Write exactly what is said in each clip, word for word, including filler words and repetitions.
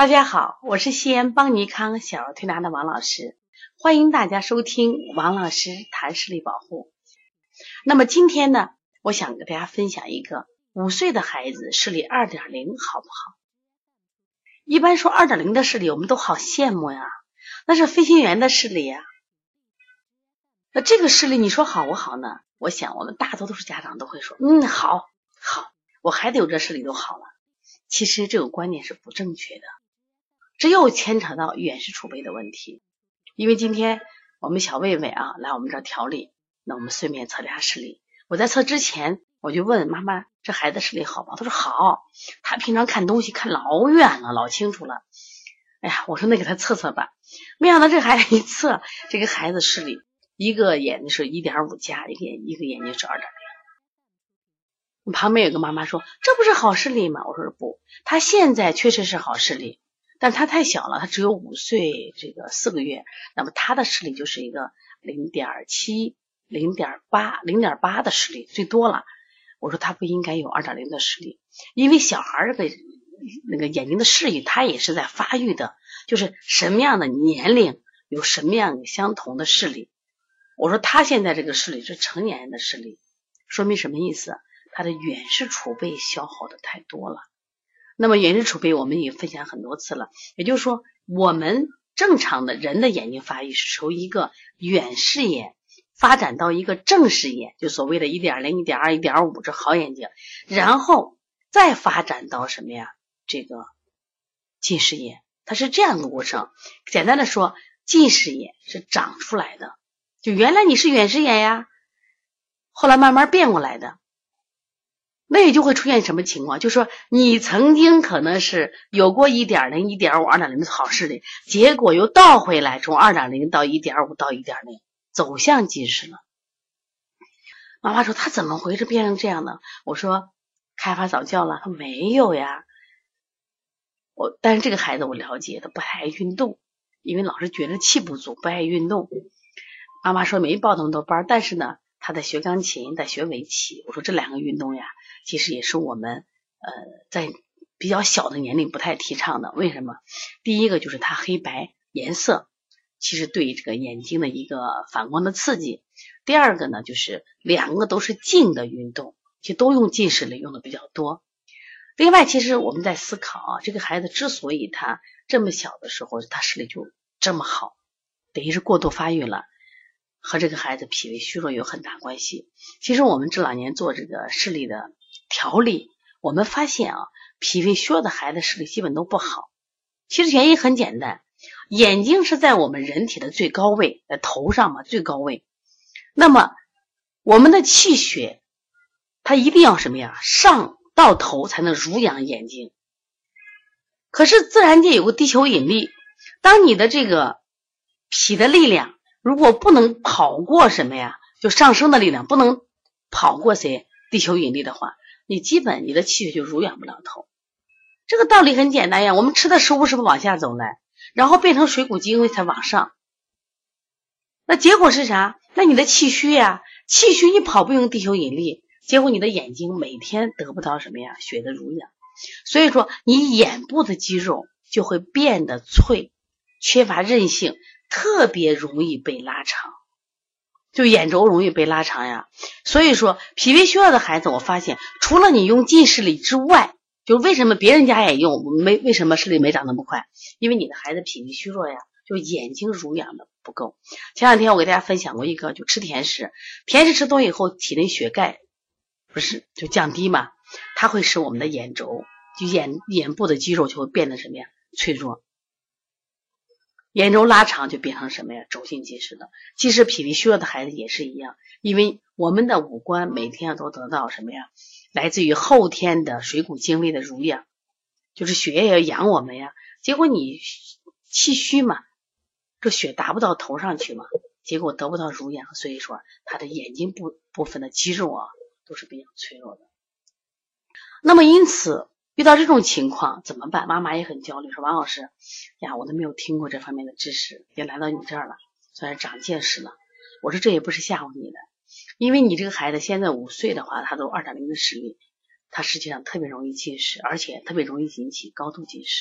大家好，我是西安邦尼康小儿推拿的王老师，欢迎大家收听王老师谈视力保护。那么今天呢，我想给大家分享一个五岁的孩子视力 二点零 好不好？一般说 二点零 的视力我们都好羡慕呀，那是飞行员的视力呀。那这个视力你说好不好呢？我想我们大多都是家长都会说，嗯，好，好，我孩子有这视力都好了。其实这个观念是不正确的，这又牵扯到远视储备的问题。因为今天我们小魏魏啊来我们这儿调理，那我们顺便测了下视力。我在测之前我就问妈妈，这孩子视力好吗？他说好，他平常看东西看老远了，老清楚了。哎呀，我说那给他测测吧。没想到这孩子一测，这个孩子视力一个眼睛是 一点五 加，一个眼一个眼睛是 二点零。旁边有个妈妈说，这不是好视力吗？我说不，他现在确实是好视力，但他太小了，他只有五岁这个四个月，那么他的视力就是一个 零点七 零点八 零点八 的视力最多了。我说他不应该有 二点零 的视力，因为小孩这个那个眼睛的视力他也是在发育的，就是什么样的年龄有什么样相同的视力。我说他现在这个视力是成年人的视力，说明什么意思？他的远视储备消耗的太多了。那么远视储备我们也分享很多次了，也就是说我们正常的人的眼睛发育是从一个远视眼发展到一个正视眼，就所谓的 一点零 一点二 一点五 这好眼睛，然后再发展到什么呀？这个近视眼，它是这样的过程。简单的说，近视眼是长出来的，就原来你是远视眼呀，后来慢慢变过来的。那也就会出现什么情况，就是说你曾经可能是有过 一点零 一点五 二点零 的好视力，结果又倒回来，从 二点零 到 一点五 到 一点零 走向近视了。妈妈说他怎么回事变成这样的？我说开发早教了，他没有呀。我但是这个孩子我了解，他不太爱运动，因为老是觉得气不足，不爱运动。妈妈说没报那么多班，但是呢他在学钢琴，在学围棋。我说这两个运动呀其实也是我们呃在比较小的年龄不太提倡的。为什么？第一个就是它黑白颜色其实对这个眼睛的一个反光的刺激，第二个呢就是两个都是近的运动，其实都用近视力用的比较多。另外其实我们在思考啊，这个孩子之所以他这么小的时候他视力就这么好，等于是过度发育了，和这个孩子脾胃虚弱有很大关系。其实我们这两年做这个视力的调理，我们发现啊，脾胃虚弱的孩子视力基本都不好。其实原因很简单，眼睛是在我们人体的最高位，在头上嘛，最高位。那么我们的气血它一定要什么呀？上到头才能濡养眼睛。可是自然界有个地球引力，当你的这个脾的力量如果不能跑过什么呀，就上升的力量不能跑过谁地球引力的话，你基本你的气血就濡养不了头。这个道理很简单呀，我们吃的食物是不是往下走来，然后变成水谷精微才往上。那结果是啥？那你的气虚呀，气虚你跑不赢地球引力，结果你的眼睛每天得不到什么呀血的濡养，所以说你眼部的肌肉就会变得脆，缺乏韧性，特别容易被拉长，就眼轴容易被拉长呀。所以说脾胃虚弱的孩子，我发现除了你用近视力之外，就为什么别人家也用没为什么视力没长那么快？因为你的孩子脾胃虚弱呀，就眼睛濡养的不够。前两天我给大家分享过一个，就吃甜食，甜食吃多以后体内血钙不是就降低嘛，它会使我们的眼轴就眼眼部的肌肉就会变得什么呀脆弱，眼轴拉长就变成什么呀轴性近视的。其实脾胃虚弱的孩子也是一样，因为我们的五官每天都得到什么呀来自于后天的水谷精微的濡养，就是血液要养我们呀，结果你气虚嘛，这血达不到头上去嘛，结果得不到濡养，所以说他的眼睛部部分的肌肉啊都是比较脆弱的。那么因此遇到这种情况怎么办？妈妈也很焦虑，说王老师呀，我都没有听过这方面的知识，也来到你这儿了，算是长见识了。我说这也不是吓唬你的，因为你这个孩子现在五岁的话，他都 二点零 的视力，他实际上特别容易近视，而且特别容易引起高度近视。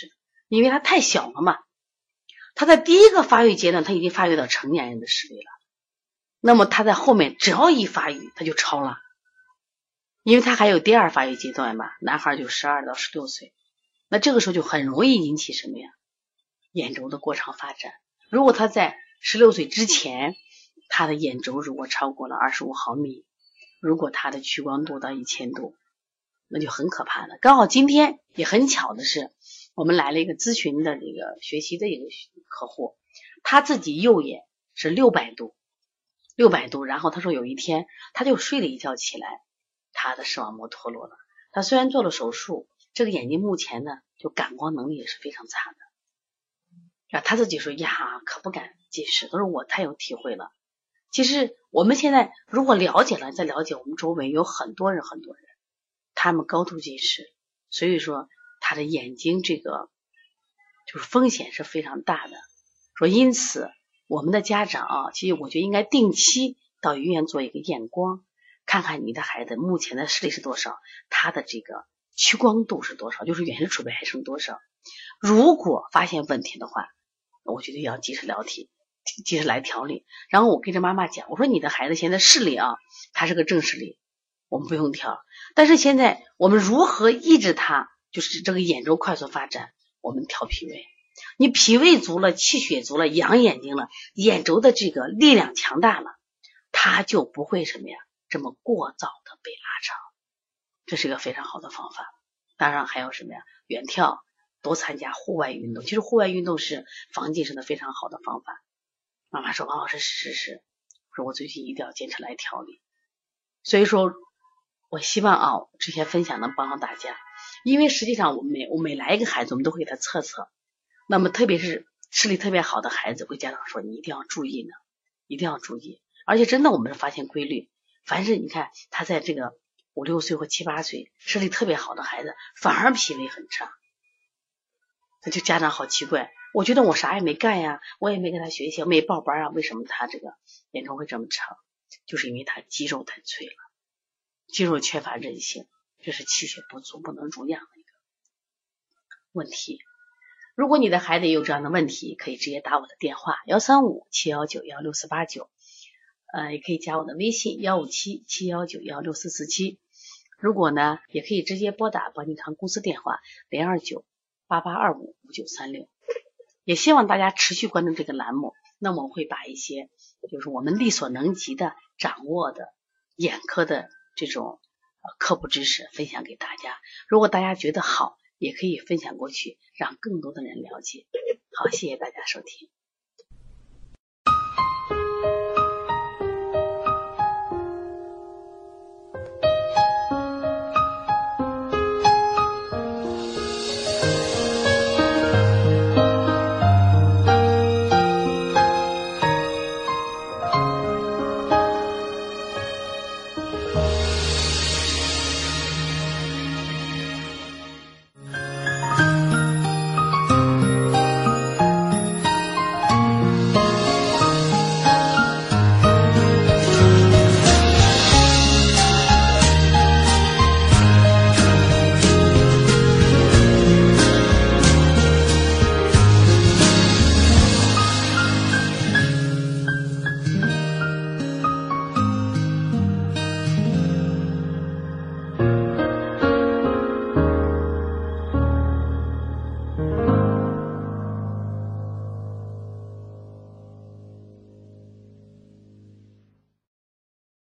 因为他太小了嘛，他在第一个发育阶段他已经发育到成年人的视力了，那么他在后面只要一发育他就超了，因为他还有第二发育阶段嘛，男孩就十二到十六岁，那这个时候就很容易引起什么呀？眼轴的过长发展。如果他在十六岁之前，他的眼轴如果超过了二十五毫米，如果他的屈光度到一千度，那就很可怕了。刚好今天也很巧的是，我们来了一个咨询的这个学习的一个客户，他自己右眼是六百度，六百度，然后他说有一天他就睡了一觉起来，他的视网膜脱落了。他虽然做了手术，这个眼睛目前呢就感光能力也是非常差的。啊，他自己说呀，可不敢近视，他说我太有体会了。其实我们现在如果了解了，再了解我们周围有很多人很多人他们高度近视，所以说他的眼睛这个就是风险是非常大的。说因此我们的家长啊，其实我觉得应该定期到医院做一个验光，看看你的孩子目前的视力是多少，他的这个屈光度是多少，就是远视储备还剩多少。如果发现问题的话，我觉得要及时聊题，及时来调理。然后我跟着妈妈讲，我说你的孩子现在视力啊，他是个正视力，我们不用调，但是现在我们如何抑制他就是这个眼轴快速发展，我们调脾胃。你脾胃足了，气血足了，养眼睛了，眼轴的这个力量强大了，它就不会什么呀这么过早的被拉长，这是一个非常好的方法。当然还有什么呀，远眺，多参加户外运动，其实户外运动是防近视的非常好的方法。妈妈说王老师是是是，说我最近一定要坚持来调理。所以说我希望啊这些分享能帮到大家，因为实际上我们每我每来一个孩子我们都会给他测测，那么特别是视力特别好的孩子，会家长说你一定要注意呢，一定要注意。而且真的我们是发现规律，凡是你看他在这个五六岁或七八岁视力特别好的孩子反而脾胃很差，那就家长好奇怪，我觉得我啥也没干呀，我也没跟他学习，没报班啊，为什么他这个眼轴会这么长？就是因为他肌肉太脆了，肌肉缺乏韧性，这是气血不足不能入阳的一个问题。如果你的孩子有这样的问题，可以直接打我的电话一三五七一九一六四八九，呃，也可以加我的微信一五七七一九一六四四七。如果呢，也可以直接拨打邦尼康公司电话零二九八八二五五九三六。也希望大家持续关注这个栏目，那么我会把一些就是我们力所能及的掌握的眼科的这种科普知识分享给大家。如果大家觉得好，也可以分享过去，让更多的人了解。好，谢谢大家收听。